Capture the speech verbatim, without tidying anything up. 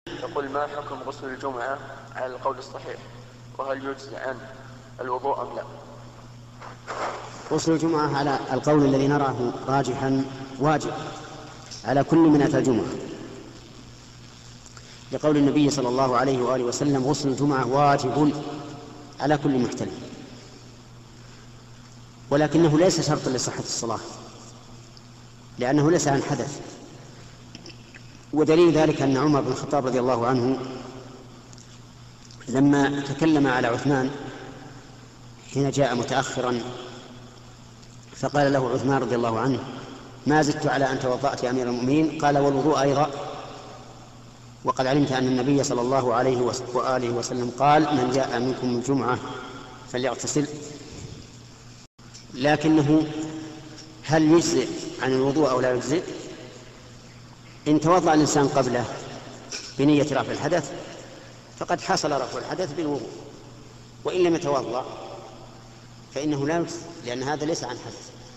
يقول: ما حكم غسل الجمعة على القول الصحيح؟ وهل يجزي عن الوضوء أم لا؟ غسل الجمعة على القول الذي نراه راجحا واجب على كل من أتى الجمعة، لقول النبي صلى الله عليه وآله وسلم: غسل الجمعة واجب على كل محتلم. ولكنه ليس شرطا لصحة الصلاة، لأنه ليس عن حدث. ودليل ذلك أن عمر بن الخطاب رضي الله عنه لما تكلم على عثمان حين جاء متأخرا فقال له عثمان رضي الله عنه: ما زدت على أن توضأت يا أمير المؤمنين. قال: والوضوء أيضا. وقد علمت أن النبي صلى الله عليه وآله وسلم قال: من جاء منكم الجمعة فليغتسل. لكنه هل يجزئ عن الوضوء أو لا يجزئ؟ إن توضأ الإنسان قبله بنية رفع الحدث فقد حصل رفع الحدث بالوضوء، وإن لم يتوضأ فإنه لا يجزئ، لأن هذا ليس عن حدث.